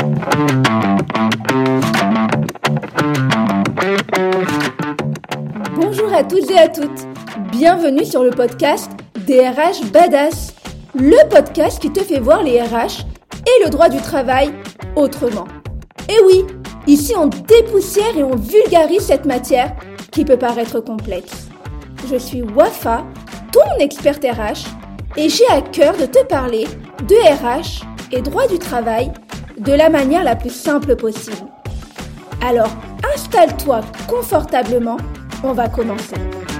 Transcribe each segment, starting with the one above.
Bonjour à toutes et à toutes, bienvenue sur le podcast des RH Badass, le podcast qui te fait voir les RH et le droit du travail autrement. Et oui, ici on dépoussière et on vulgarise cette matière qui peut paraître complexe. Je suis Wafa, ton experte RH, et j'ai à cœur de te parler de RH et droit du travail de la manière la plus simple possible. Alors, installe-toi confortablement, on va commencer.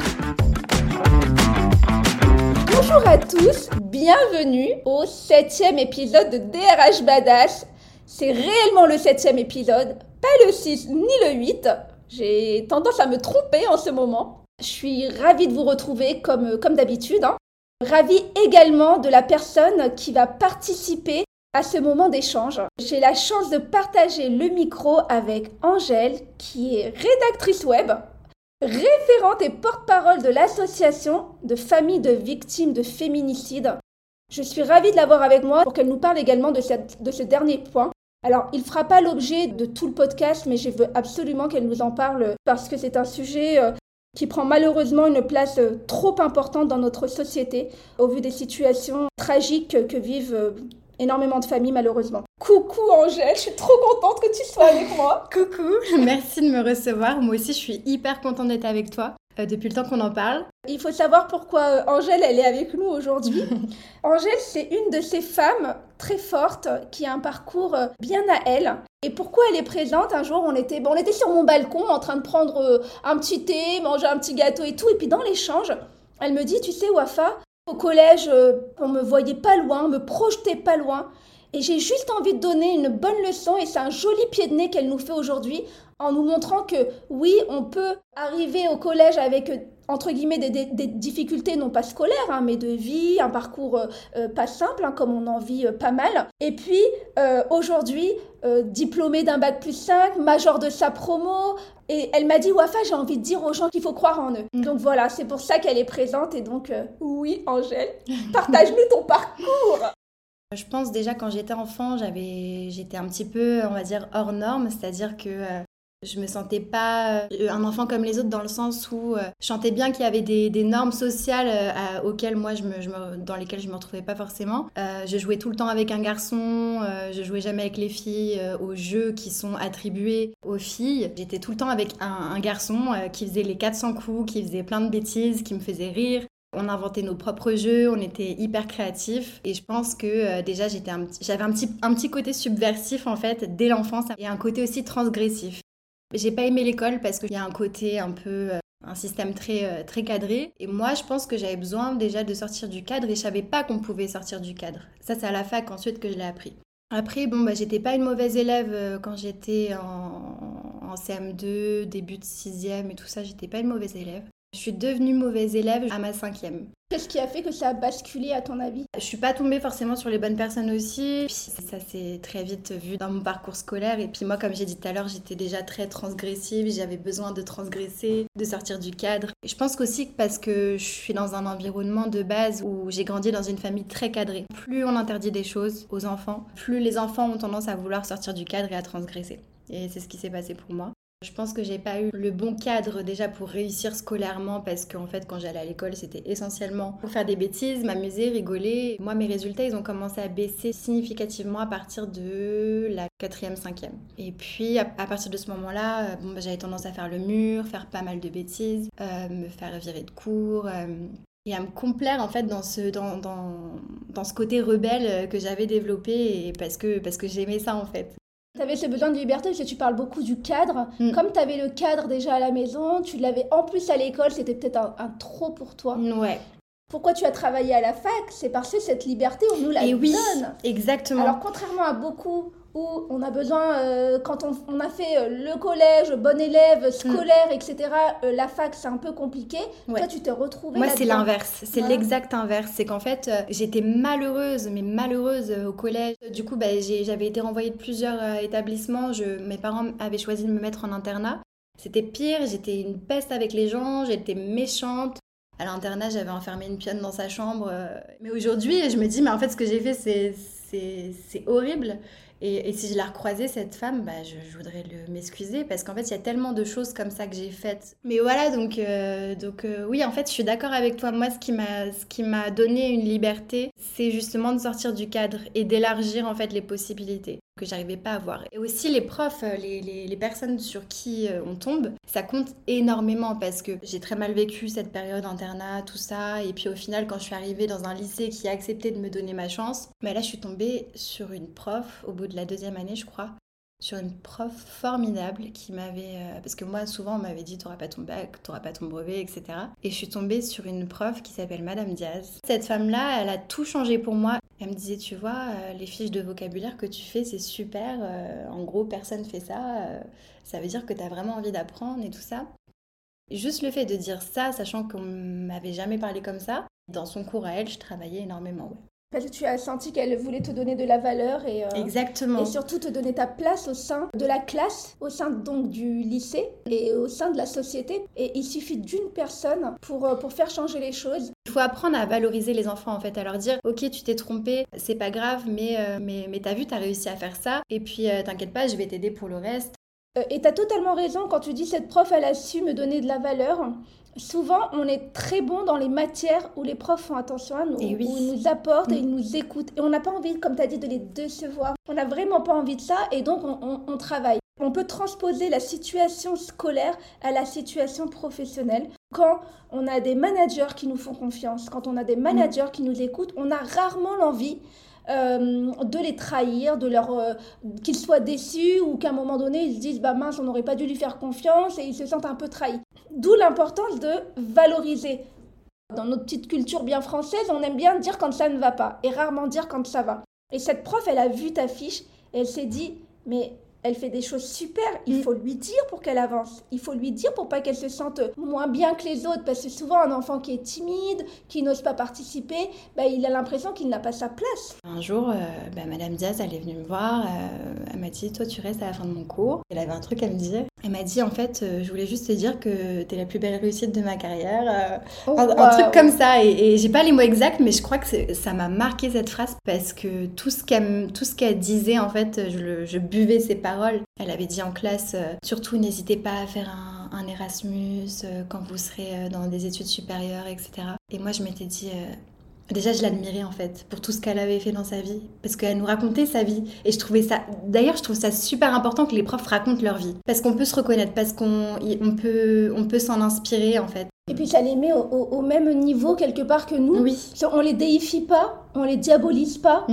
Bonjour à tous, bienvenue au 7e épisode de DRH Badass. C'est réellement le 7e épisode, pas le 6 ni le 8. J'ai tendance à me tromper en ce moment. Je suis ravie de vous retrouver comme d'habitude. Ravie également de la personne qui va participer à ce moment d'échange. J'ai la chance de partager le micro avec Angèle, qui est rédactrice web, référente et porte-parole de l'association de familles de victimes de féminicide. Je suis ravie de l'avoir avec moi pour qu'elle nous parle également de ce dernier point. Alors, il ne fera pas l'objet de tout le podcast, mais je veux absolument qu'elle nous en parle parce que c'est un sujet qui prend malheureusement une place trop importante dans notre société au vu des situations tragiques que vivent énormément de familles malheureusement. Coucou Angèle, je suis trop contente que tu sois avec moi. Coucou, merci de me recevoir. Moi aussi, je suis hyper contente d'être avec toi depuis le temps qu'on en parle. Il faut savoir pourquoi Angèle, elle est avec nous aujourd'hui. Angèle, c'est une de ces femmes très fortes qui a un parcours bien à elle. Et pourquoi elle est présente? Un jour, on était sur mon balcon en train de prendre un petit thé, manger un petit gâteau et tout. Et puis dans l'échange, elle me dit, tu sais Wafa, au collège, on me voyait pas loin, on me projetait pas loin. Et j'ai juste envie de donner une bonne leçon et c'est un joli pied de nez qu'elle nous fait aujourd'hui en nous montrant que oui, on peut arriver au collège avec entre guillemets des difficultés non pas scolaires, mais de vie, un parcours pas simple, comme on en vit pas mal. Et puis aujourd'hui, diplômée d'un bac+5, major de sa promo. Et elle m'a dit, Wafa, j'ai envie de dire aux gens qu'il faut croire en eux. Donc voilà, c'est pour ça qu'elle est présente. Et donc, oui, Angèle, partage-nous ton parcours. Je pense déjà quand j'étais enfant, j'étais un petit peu, on va dire, hors norme. C'est-à-dire que je me sentais pas un enfant comme les autres dans le sens où je sentais bien qu'il y avait des normes sociales auxquelles moi, dans lesquelles je me retrouvais pas forcément. Je jouais tout le temps avec un garçon, je jouais jamais avec les filles aux jeux qui sont attribués aux filles. J'étais tout le temps avec un garçon qui faisait les 400 coups, qui faisait plein de bêtises, qui me faisait rire. On inventait nos propres jeux, on était hyper créatifs et je pense que déjà j'avais un petit côté subversif en fait dès l'enfance et un côté aussi transgressif. J'ai pas aimé l'école parce qu'il y a un côté un peu, un système très, très cadré et moi je pense que j'avais besoin déjà de sortir du cadre et je savais pas qu'on pouvait sortir du cadre. Ça c'est à la fac ensuite que je l'ai appris. Après j'étais pas une mauvaise élève quand j'étais en CM2, début de 6e et tout ça, j'étais pas une mauvaise élève. Je suis devenue mauvaise élève à ma 5e. Qu'est-ce qui a fait que ça a basculé à ton avis? Je suis pas tombée forcément sur les bonnes personnes aussi. Puis ça s'est très vite vu dans mon parcours scolaire. Et puis moi, comme j'ai dit tout à l'heure, j'étais déjà très transgressive. J'avais besoin de transgresser, de sortir du cadre. Et je pense qu'aussi parce que je suis dans un environnement de base où j'ai grandi dans une famille très cadrée. Plus on interdit des choses aux enfants, plus les enfants ont tendance à vouloir sortir du cadre et à transgresser. Et c'est ce qui s'est passé pour moi. Je pense que j'ai pas eu le bon cadre déjà pour réussir scolairement parce qu'en fait quand j'allais à l'école c'était essentiellement pour faire des bêtises, m'amuser, rigoler. Moi mes résultats ils ont commencé à baisser significativement à partir de la 4e, 5e. Et puis à partir de ce moment-là, j'avais tendance à faire le mur, faire pas mal de bêtises, me faire virer de cours. Et à me complaire en fait dans ce côté rebelle que j'avais développé et parce que j'aimais ça en fait. Tu avais ce besoin de liberté parce que tu parles beaucoup du cadre. Comme tu avais le cadre déjà à la maison, tu l'avais en plus à l'école, c'était peut-être un trop pour toi. Ouais. Pourquoi tu as travaillé à la fac? C'est parce que cette liberté, on nous la donne. Oui, exactement. Alors contrairement à beaucoup où on a besoin, quand on a fait le collège, bon élève, scolaire, etc., la fac, c'est un peu compliqué. Ouais. Toi, tu t'es retrouvée Moi, là-dedans. c'est l'inverse. C'est l'exact inverse. C'est qu'en fait, j'étais malheureuse au collège. Du coup, j'avais été renvoyée de plusieurs établissements. Mes parents avaient choisi de me mettre en internat. C'était pire. J'étais une peste avec les gens. J'étais méchante. À l'internat, j'avais enfermé une pionne dans sa chambre. Mais aujourd'hui, je me dis, mais en fait, ce que j'ai fait, c'est horrible. Et si je la recroisais, cette femme, je voudrais m'excuser parce qu'en fait, il y a tellement de choses comme ça que j'ai faites. Mais voilà, donc oui, en fait, je suis d'accord avec toi. Moi, ce qui m'a donné une liberté, c'est justement de sortir du cadre et d'élargir en fait les possibilités que j'arrivais pas à voir. Et aussi les profs, les personnes sur qui on tombe, ça compte énormément parce que j'ai très mal vécu cette période internat, tout ça. Et puis au final, quand je suis arrivée dans un lycée qui a accepté de me donner ma chance, là, je suis tombée sur une prof, au bout de la 2e année, je crois, sur une prof formidable qui m'avait... parce que moi, souvent, on m'avait dit « t'auras pas ton bac, t'auras pas ton brevet, etc. » Et je suis tombée sur une prof qui s'appelle Madame Diaz. Cette femme-là, elle a tout changé pour moi. Elle me disait « tu vois, les fiches de vocabulaire que tu fais, c'est super. En gros, personne fait ça. Ça veut dire que t'as vraiment envie d'apprendre et tout ça. » Juste le fait de dire ça, sachant qu'on m'avait jamais parlé comme ça, dans son cours à elle, je travaillais énormément, ouais. Parce que tu as senti qu'elle voulait te donner de la valeur Exactement. Et surtout te donner ta place au sein de la classe, au sein donc du lycée et au sein de la société. Et il suffit d'une personne pour faire changer les choses. Il faut apprendre à valoriser les enfants en fait, à leur dire « Ok, tu t'es trompé, c'est pas grave, mais t'as vu, t'as réussi à faire ça. Et puis t'inquiète pas, je vais t'aider pour le reste. » Et t'as totalement raison quand tu dis cette prof, elle a su me donner de la valeur. Souvent, on est très bon dans les matières où les profs font attention à nous, Et oui. où ils nous apportent et ils nous écoutent. Et on n'a pas envie, comme tu as dit, de les décevoir. On n'a vraiment pas envie de ça et donc on travaille. On peut transposer la situation scolaire à la situation professionnelle. Quand on a des managers qui nous font confiance, quand on a des managers qui nous écoutent, on a rarement l'envie de les trahir, qu'ils soient déçus ou qu'à un moment donné ils se disent bah mince on n'aurait pas dû lui faire confiance et ils se sentent un peu trahis. D'où l'importance de valoriser. Dans notre petite culture bien française, on aime bien dire quand ça ne va pas et rarement dire quand ça va. Et cette prof, elle a vu ta fiche et elle s'est dit mais elle fait des choses super, il faut lui dire pour qu'elle avance. Il faut lui dire pour pas qu'elle se sente moins bien que les autres. Parce que souvent, un enfant qui est timide, qui n'ose pas participer, il a l'impression qu'il n'a pas sa place. Un jour, Madame Diaz, elle est venue me voir. Elle m'a dit « Toi, tu restes à la fin de mon cours. » Elle avait un truc à me dire. Elle m'a dit « En fait, je voulais juste te dire que t'es la plus belle réussite de ma carrière. » Un truc comme ça. Et j'ai pas les mots exacts, mais je crois que ça m'a marqué cette phrase parce que tout ce qu'elle disait, en fait, je buvais ses paroles. Elle avait dit en classe, surtout n'hésitez pas à faire un Erasmus quand vous serez dans des études supérieures, etc. Et moi je m'étais dit, déjà je l'admirais en fait pour tout ce qu'elle avait fait dans sa vie, parce qu'elle nous racontait sa vie. Et je trouve ça super important que les profs racontent leur vie, parce qu'on peut se reconnaître, parce qu'on peut s'en inspirer en fait. Et puis ça les met au même niveau quelque part que nous. Oui. On les déifie pas, on les diabolise pas,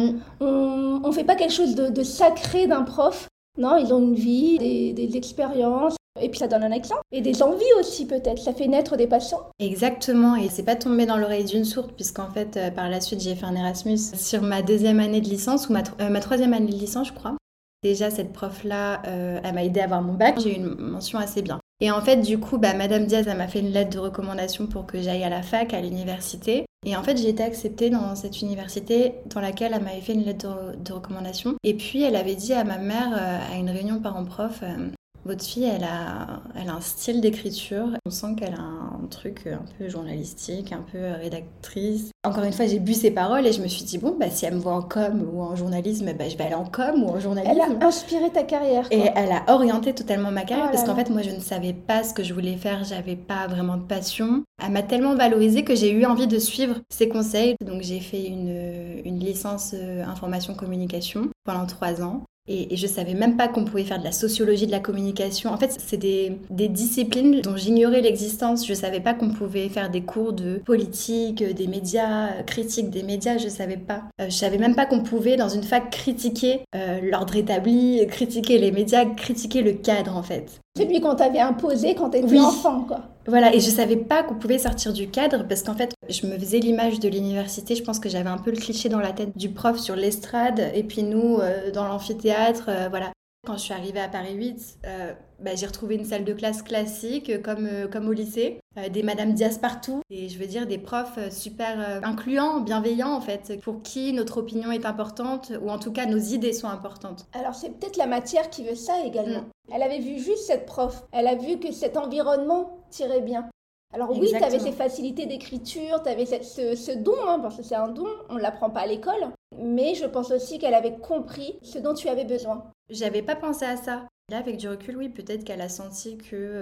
on fait pas quelque chose de sacré d'un prof. Non, ils ont une vie, des expériences, et puis ça donne un exemple. Et des envies aussi peut-être, ça fait naître des passions. Exactement, et c'est pas tombé dans l'oreille d'une sourde, puisqu'en fait, par la suite, j'ai fait un Erasmus sur ma 2e année de licence, ou ma 3e année de licence, je crois. Déjà, cette prof-là, elle m'a aidée à avoir mon bac, j'ai eu une mention assez bien. Et en fait, du coup, Madame Diaz, elle m'a fait une lettre de recommandation pour que j'aille à la fac, à l'université. Et en fait, j'ai été acceptée dans cette université dans laquelle elle m'avait fait une lettre de recommandation. Et puis, elle avait dit à ma mère, à une réunion parents-prof, votre fille, elle a un style d'écriture. On sent qu'elle a un truc un peu journalistique, un peu rédactrice. Encore une fois, j'ai bu ses paroles et je me suis dit, bon, si elle me voit en com ou en journalisme, je vais aller en com ou en journalisme. Elle a inspiré ta carrière, quoi. Et elle a orienté totalement ma carrière parce qu'en fait, moi, je ne savais pas ce que je voulais faire. J'avais pas vraiment de passion. Elle m'a tellement valorisée que j'ai eu envie de suivre ses conseils. Donc, j'ai fait une licence information-communication pendant 3 ans. Et je savais même pas qu'on pouvait faire de la sociologie de la communication. En fait, c'est des disciplines dont j'ignorais l'existence. Je savais pas qu'on pouvait faire des cours de politique, des médias, critique des médias, je savais pas. Je savais même pas qu'on pouvait, dans une fac, critiquer l'ordre établi, critiquer les médias, critiquer le cadre, en fait. Celui qu'on t'avait imposé quand t'étais enfant, quoi. Voilà, et je savais pas qu'on pouvait sortir du cadre parce qu'en fait, je me faisais l'image de l'université. Je pense que j'avais un peu le cliché dans la tête du prof sur l'estrade et puis nous dans l'amphithéâtre, voilà. Quand je suis arrivée à Paris 8, j'ai retrouvé une salle de classe classique comme au lycée, des Madame Diaz partout et je veux dire des profs super incluants, bienveillants en fait, pour qui notre opinion est importante ou en tout cas nos idées sont importantes. Alors c'est peut-être la matière qui veut ça également. Elle avait vu juste cette prof, elle a vu que cet environnement tirait bien. Alors oui, tu avais ces Exactement. facilités d'écriture, tu avais ce don, hein, parce que c'est un don, on ne l'apprend pas à l'école, mais je pense aussi qu'elle avait compris ce dont tu avais besoin. J'avais pas pensé à ça. Là, avec du recul, oui, peut-être qu'elle a senti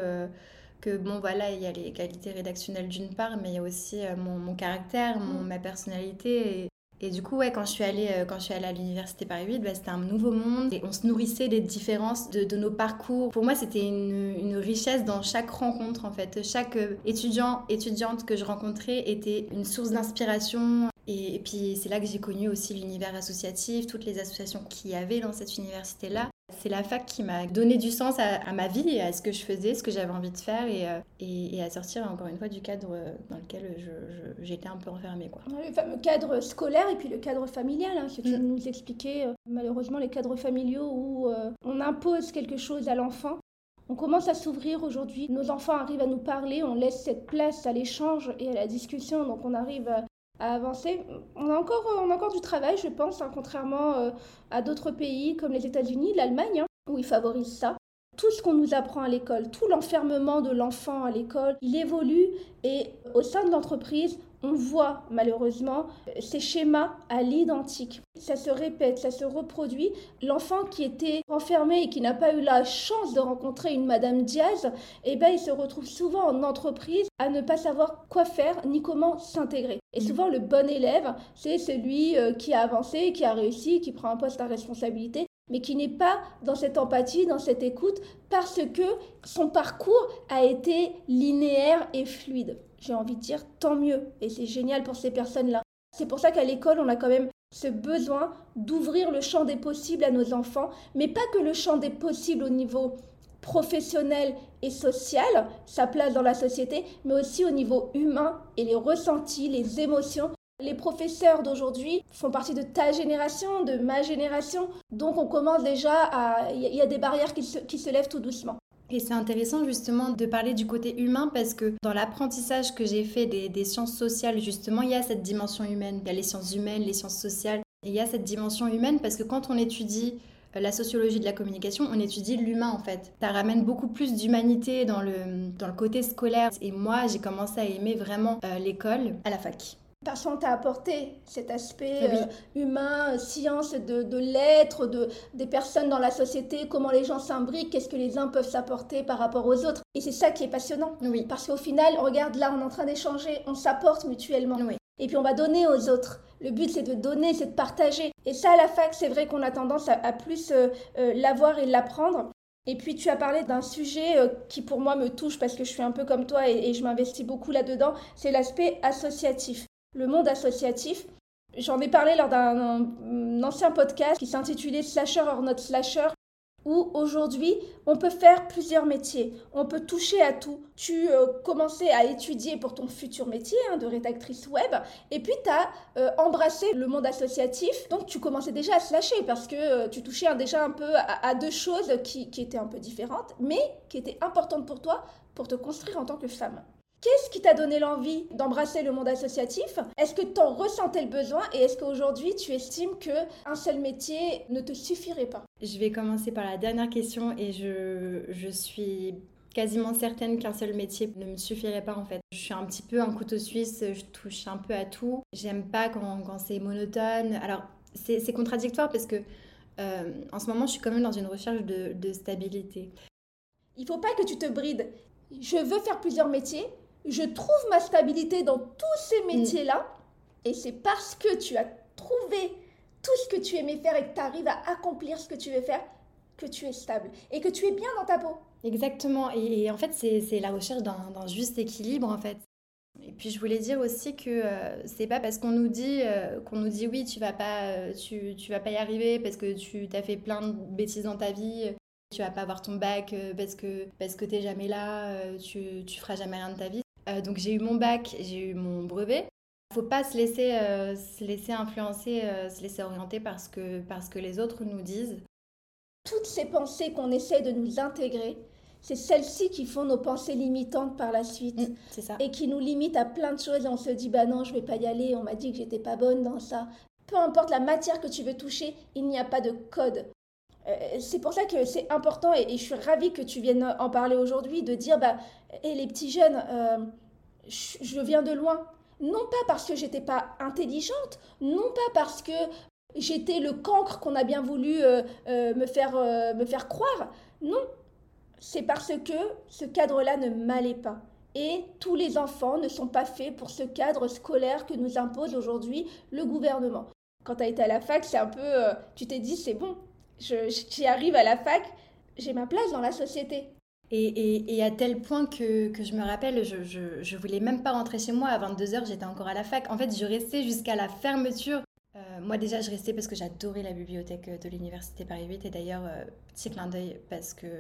que bon, voilà, il y a les qualités rédactionnelles d'une part, mais il y a aussi mon caractère, Mm. ma personnalité. Et du coup, ouais, quand je suis allée à l'université Paris 8, bah, c'était un nouveau monde et on se nourrissait des différences de nos parcours. Pour moi, c'était une richesse dans chaque rencontre, en fait. Chaque étudiante que je rencontrais était une source d'inspiration. Et puis, c'est là que j'ai connu aussi l'univers associatif, toutes les associations qu'il y avait dans cette université-là. C'est la fac qui m'a donné du sens à ma vie et à ce que je faisais, ce que j'avais envie de faire et à sortir encore une fois du cadre dans lequel j'étais un peu enfermée, quoi. Le fameux cadre scolaire et puis le cadre familial, hein, ce que tu Mm. nous expliquais, malheureusement les cadres familiaux où on impose quelque chose à l'enfant. On commence à s'ouvrir aujourd'hui, nos enfants arrivent à nous parler, on laisse cette place à l'échange et à la discussion, donc on arrive à avancer. On a encore du travail, je pense, hein, contrairement à d'autres pays comme les États-Unis, l'Allemagne, hein, où ils favorisent ça. Tout ce qu'on nous apprend à l'école, tout l'enfermement de l'enfant à l'école, il évolue et au sein de l'entreprise, on voit malheureusement ces schémas à l'identique. Ça se répète, ça se reproduit. L'enfant qui était enfermé et qui n'a pas eu la chance de rencontrer une Madame Diaz, eh ben, il se retrouve souvent en entreprise à ne pas savoir quoi faire ni comment s'intégrer. Et souvent, le bon élève, c'est celui qui a avancé, qui a réussi, qui prend un poste à responsabilité, mais qui n'est pas dans cette empathie, dans cette écoute, parce que son parcours a été linéaire et fluide. J'ai envie de dire tant mieux, et c'est génial pour ces personnes-là. C'est pour ça qu'à l'école, on a quand même ce besoin d'ouvrir le champ des possibles à nos enfants, mais pas que le champ des possibles au niveau professionnel et social, sa place dans la société, mais aussi au niveau humain et les ressentis, les émotions. Les professeurs d'aujourd'hui font partie de ta génération, de ma génération, donc on commence déjà à... Il y a des barrières qui se lèvent tout doucement. Et c'est intéressant justement de parler du côté humain parce que dans l'apprentissage que j'ai fait des sciences sociales, justement, il y a cette dimension humaine. Il y a les sciences humaines, les sciences sociales. Et il y a cette dimension humaine parce que quand on étudie la sociologie de la communication, on étudie l'humain en fait. Ça ramène beaucoup plus d'humanité dans le côté scolaire. Et moi, j'ai commencé à aimer vraiment l'école à la fac. Parce qu'on t'a apporté cet aspect Oui. humain, science de l'être, des personnes dans la société, comment les gens s'imbriquent, qu'est-ce que les uns peuvent s'apporter par rapport aux autres. Et c'est ça qui est passionnant. Oui. Parce qu'au final, regarde, là, on est en train d'échanger, on s'apporte mutuellement. Oui. Et puis on va donner aux autres. Le but, c'est de donner, c'est de partager. Et ça, à la fac, c'est vrai qu'on a tendance à plus l'avoir et l'apprendre. Et puis tu as parlé d'un sujet qui pour moi me touche parce que je suis un peu comme toi et je m'investis beaucoup là-dedans, c'est l'aspect associatif. Le monde associatif, j'en ai parlé lors d'un ancien podcast qui s'intitulait Slasher or not slasher, où aujourd'hui on peut faire plusieurs métiers, on peut toucher à tout. Tu commençais à étudier pour ton futur métier de rédactrice web, et puis tu as embrassé le monde associatif, donc tu commençais déjà à slasher parce que tu touchais déjà un peu à deux choses qui étaient un peu différentes, mais qui étaient importantes pour toi pour te construire en tant que femme. Qu'est-ce qui t'a donné l'envie d'embrasser le monde associatif? Est-ce que tu en ressentais le besoin et est-ce qu'aujourd'hui tu estimes qu'un seul métier ne te suffirait pas? Je vais commencer par la dernière question et je suis quasiment certaine qu'un seul métier ne me suffirait pas en fait. Je suis un petit peu un couteau suisse, je touche un peu à tout. J'aime pas quand c'est monotone. Alors c'est contradictoire parce que en ce moment je suis quand même dans une recherche de stabilité. Il faut pas que tu te brides. Je veux faire plusieurs métiers. Je trouve ma stabilité dans tous ces métiers-là. Et c'est parce que tu as trouvé tout ce que tu aimais faire et que tu arrives à accomplir ce que tu veux faire que tu es stable et que tu es bien dans ta peau. Exactement. Et en fait, c'est la recherche d'un juste équilibre en fait. Et puis je voulais dire aussi que c'est pas parce qu'on nous dit oui, tu vas pas y arriver parce que tu t'as fait plein de bêtises dans ta vie. Tu vas pas avoir ton bac parce que t'es jamais là, tu feras jamais rien de ta vie. Donc j'ai eu mon bac, j'ai eu mon brevet. Faut pas se laisser influencer, se laisser orienter parce que les autres nous disent. Toutes ces pensées qu'on essaie de nous intégrer, c'est celles-ci qui font nos pensées limitantes par la suite. C'est ça. Et qui nous limitent à plein de choses et on se dit bah non, je vais pas y aller, on m'a dit que j'étais pas bonne dans ça. Peu importe la matière que tu veux toucher, il n'y a pas de code. C'est pour ça que c'est important et je suis ravie que tu viennes en parler aujourd'hui, de dire, les petits jeunes, je viens de loin. Non pas parce que j'étais pas intelligente, non pas parce que j'étais le cancre qu'on a bien voulu me faire croire. Non, c'est parce que ce cadre-là ne m'allait pas. Et tous les enfants ne sont pas faits pour ce cadre scolaire que nous impose aujourd'hui le gouvernement. Quand tu as été à la fac, c'est un peu... tu t'es dit, c'est bon, j'y arrive à la fac, j'ai ma place dans la société. Et à tel point que je me rappelle, je voulais même pas rentrer chez moi. À 22h, j'étais encore à la fac. En fait, je restais jusqu'à la fermeture. Moi, déjà, je restais parce que j'adorais la bibliothèque de l'Université Paris 8. Et d'ailleurs, petit clin d'œil, parce que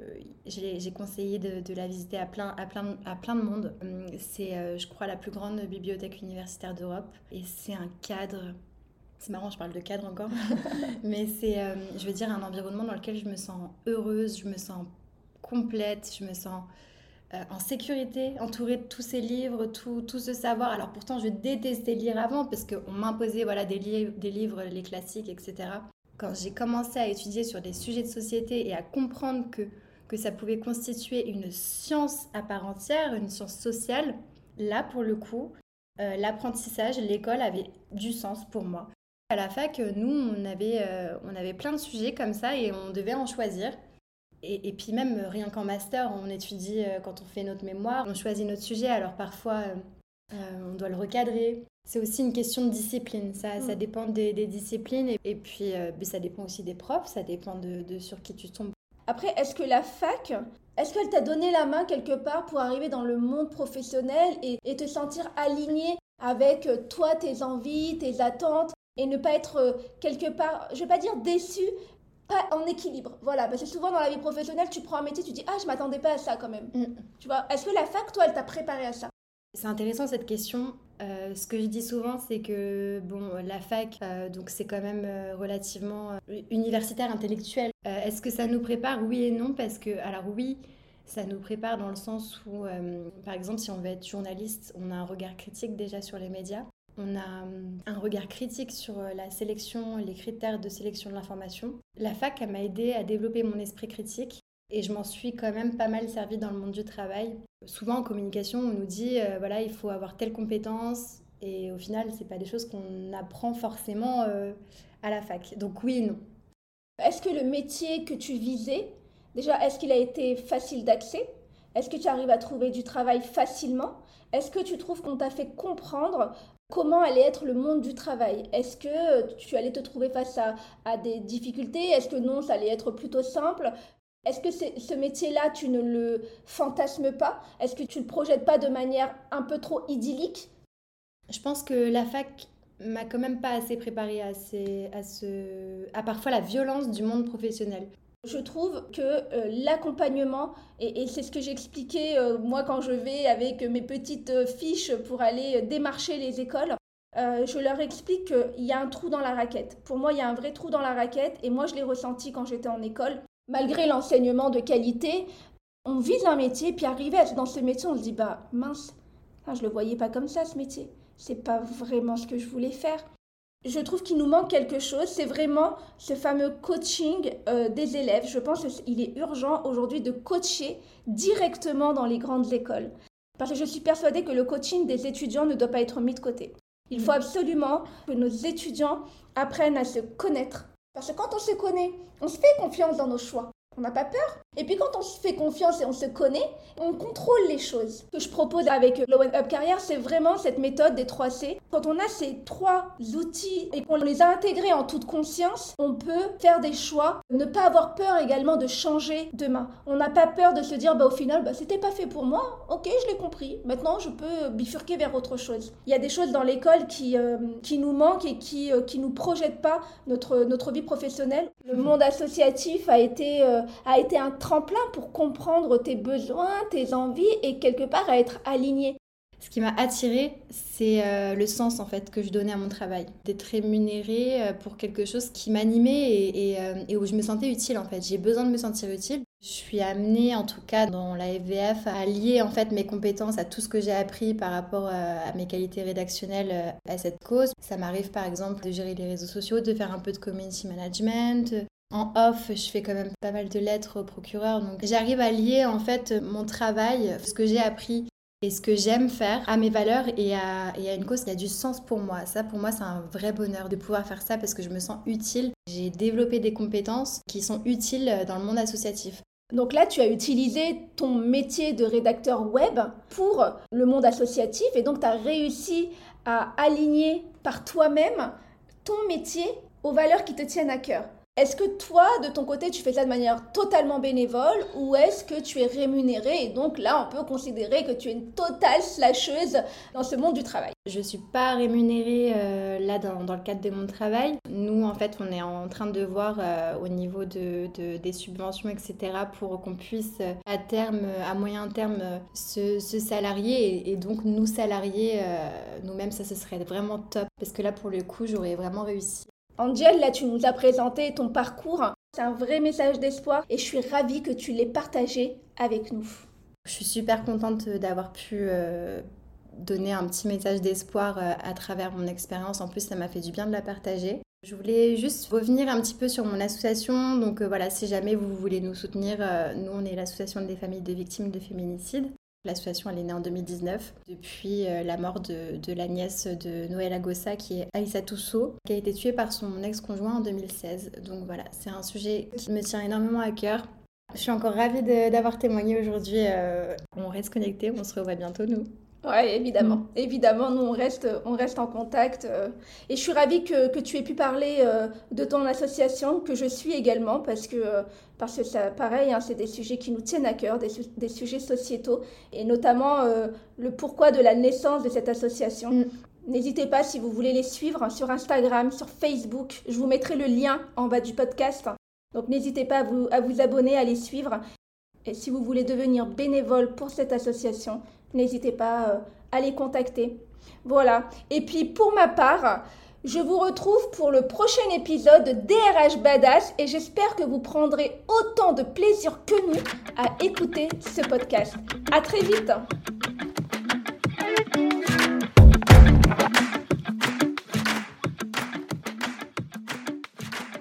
j'ai conseillé de la visiter à plein de monde. C'est, je crois, la plus grande bibliothèque universitaire d'Europe. Et c'est un cadre... C'est marrant, je parle de cadre encore. Mais c'est, je veux dire, un environnement dans lequel je me sens heureuse, je me sens complète, je me sens en sécurité, entourée de tous ces livres, tout ce savoir. Alors pourtant, je détestais lire avant parce qu'on m'imposait voilà, des livres, les classiques, etc. Quand j'ai commencé à étudier sur des sujets de société et à comprendre que ça pouvait constituer une science à part entière, une science sociale, là, pour le coup, l'apprentissage, l'école avait du sens pour moi. À la fac, nous, on avait plein de sujets comme ça et on devait en choisir. Et puis même, rien qu'en master, on étudie, quand on fait notre mémoire, on choisit notre sujet, alors parfois, on doit le recadrer. C'est aussi une question de discipline, ça dépend des disciplines, et puis ça dépend aussi des profs, ça dépend de sur qui tu tombes. Après, est-ce que la fac, est-ce qu'elle t'a donné la main quelque part pour arriver dans le monde professionnel et te sentir aligné avec toi, tes envies, tes attentes, et ne pas être quelque part, je vais pas dire déçu, pas en équilibre, voilà, parce que souvent dans la vie professionnelle, tu prends un métier, tu dis, ah, je m'attendais pas à ça quand même. Tu vois, est-ce que la fac, toi, elle t'a préparé à ça? C'est intéressant cette question. Ce que je dis souvent, c'est que bon, la fac, donc c'est quand même relativement universitaire, intellectuel. Est-ce que ça nous prépare? Oui et non, parce que, alors oui, ça nous prépare dans le sens où, par exemple, si on veut être journaliste, on a un regard critique déjà sur les médias. On a un regard critique sur la sélection, les critères de sélection de l'information. La fac, elle m'a aidée à développer mon esprit critique et je m'en suis quand même pas mal servie dans le monde du travail. Souvent en communication, on nous dit voilà, il faut avoir telle compétence et au final, c'est pas des choses qu'on apprend forcément à la fac. Donc oui et non. Est-ce que le métier que tu visais, déjà, est-ce qu'il a été facile d'accès? Est-ce que tu arrives à trouver du travail facilement? Est-ce que tu trouves qu'on t'a fait comprendre comment allait être le monde du travail? Est-ce que tu allais te trouver face à des difficultés? Est-ce que non, ça allait être plutôt simple? Est-ce que ce métier-là, tu ne le fantasmes pas? Est-ce que tu ne le projettes pas de manière un peu trop idyllique? Je pense que la fac m'a quand même pas assez préparée à parfois la violence du monde professionnel. Je trouve que l'accompagnement, et c'est ce que j'expliquais moi quand je vais avec mes petites fiches pour aller démarcher les écoles, je leur explique qu'il y a un trou dans la raquette. Pour moi, il y a un vrai trou dans la raquette et moi, je l'ai ressenti quand j'étais en école. Malgré l'enseignement de qualité, on vise un métier, puis arrivé dans ce métier, on se dit, bah mince, je le voyais pas comme ça ce métier. C'est pas vraiment ce que je voulais faire. Je trouve qu'il nous manque quelque chose, c'est vraiment ce fameux coaching des élèves. Je pense qu'il est urgent aujourd'hui de coacher directement dans les grandes écoles. Parce que je suis persuadée que le coaching des étudiants ne doit pas être mis de côté. Il faut absolument que nos étudiants apprennent à se connaître. Parce que quand on se connaît, on se fait confiance dans nos choix. On n'a pas peur. Et puis quand on se fait confiance et on se connaît, on contrôle les choses. Ce que je propose avec Glow Up Career, c'est vraiment cette méthode des 3C. Quand on a ces 3 outils et qu'on les a intégrés en toute conscience, on peut faire des choix, ne pas avoir peur également de changer demain. On n'a pas peur de se dire, au final, c'était pas fait pour moi. Ok, je l'ai compris. Maintenant, je peux bifurquer vers autre chose. Il y a des choses dans l'école qui nous manquent et qui nous projettent pas notre vie professionnelle. Le monde associatif a été un tremplin pour comprendre tes besoins, tes envies et quelque part à être aligné. Ce qui m'a attirée, c'est le sens en fait que je donnais à mon travail. D'être rémunérée pour quelque chose qui m'animait et où je me sentais utile en fait. J'ai besoin de me sentir utile. Je suis amenée en tout cas dans la FVF à lier en fait mes compétences à tout ce que j'ai appris par rapport à mes qualités rédactionnelles à cette cause. Ça m'arrive par exemple de gérer les réseaux sociaux, de faire un peu de community management. En off, je fais quand même pas mal de lettres au procureur. Donc j'arrive à lier en fait mon travail, ce que j'ai appris et ce que j'aime faire, à mes valeurs et à une cause qui a du sens pour moi. Ça, pour moi, c'est un vrai bonheur de pouvoir faire ça parce que je me sens utile. J'ai développé des compétences qui sont utiles dans le monde associatif. Donc là, tu as utilisé ton métier de rédacteur web pour le monde associatif et donc tu as réussi à aligner par toi-même ton métier aux valeurs qui te tiennent à cœur. Est-ce que toi, de ton côté, tu fais ça de manière totalement bénévole ou est-ce que tu es rémunéré et donc là, on peut considérer que tu es une totale slasheuse dans ce monde du travail? Je ne suis pas rémunérée là dans le cadre de mon travail. Nous, en fait, on est en train de voir au niveau des subventions, etc., pour qu'on puisse à terme, à moyen terme, se salarier. Et donc, nous salariés, nous-mêmes, ça, ce serait vraiment top. Parce que là, pour le coup, j'aurais vraiment réussi. Angel, là, tu nous as présenté ton parcours. C'est un vrai message d'espoir et je suis ravie que tu l'aies partagé avec nous. Je suis super contente d'avoir pu donner un petit message d'espoir à travers mon expérience. En plus, ça m'a fait du bien de la partager. Je voulais juste revenir un petit peu sur mon association. Donc voilà, si jamais vous voulez nous soutenir, nous, on est l'association des familles de victimes de féminicide. L'association, elle est née en 2019, depuis la mort de la nièce de Noël Agossa, qui est Aïssa Tousso, qui a été tuée par son ex-conjoint en 2016. Donc voilà, c'est un sujet qui me tient énormément à cœur. Je suis encore ravie d'avoir témoigné aujourd'hui. On reste connectés, on se revoit bientôt, nous. Oui, évidemment. Évidemment, nous, on reste en contact. Et je suis ravie que tu aies pu parler de ton association, que je suis également, parce que ça, pareil, hein, c'est des sujets qui nous tiennent à cœur, des sujets sociétaux, et notamment le pourquoi de la naissance de cette association. N'hésitez pas, si vous voulez les suivre, sur Instagram, sur Facebook. Je vous mettrai le lien en bas du podcast. Donc, n'hésitez pas à vous abonner, à les suivre. Et si vous voulez devenir bénévole pour cette association, n'hésitez pas à les contacter. Voilà. Et puis pour ma part, je vous retrouve pour le prochain épisode de DRH Badass et j'espère que vous prendrez autant de plaisir que nous à écouter ce podcast. À très vite.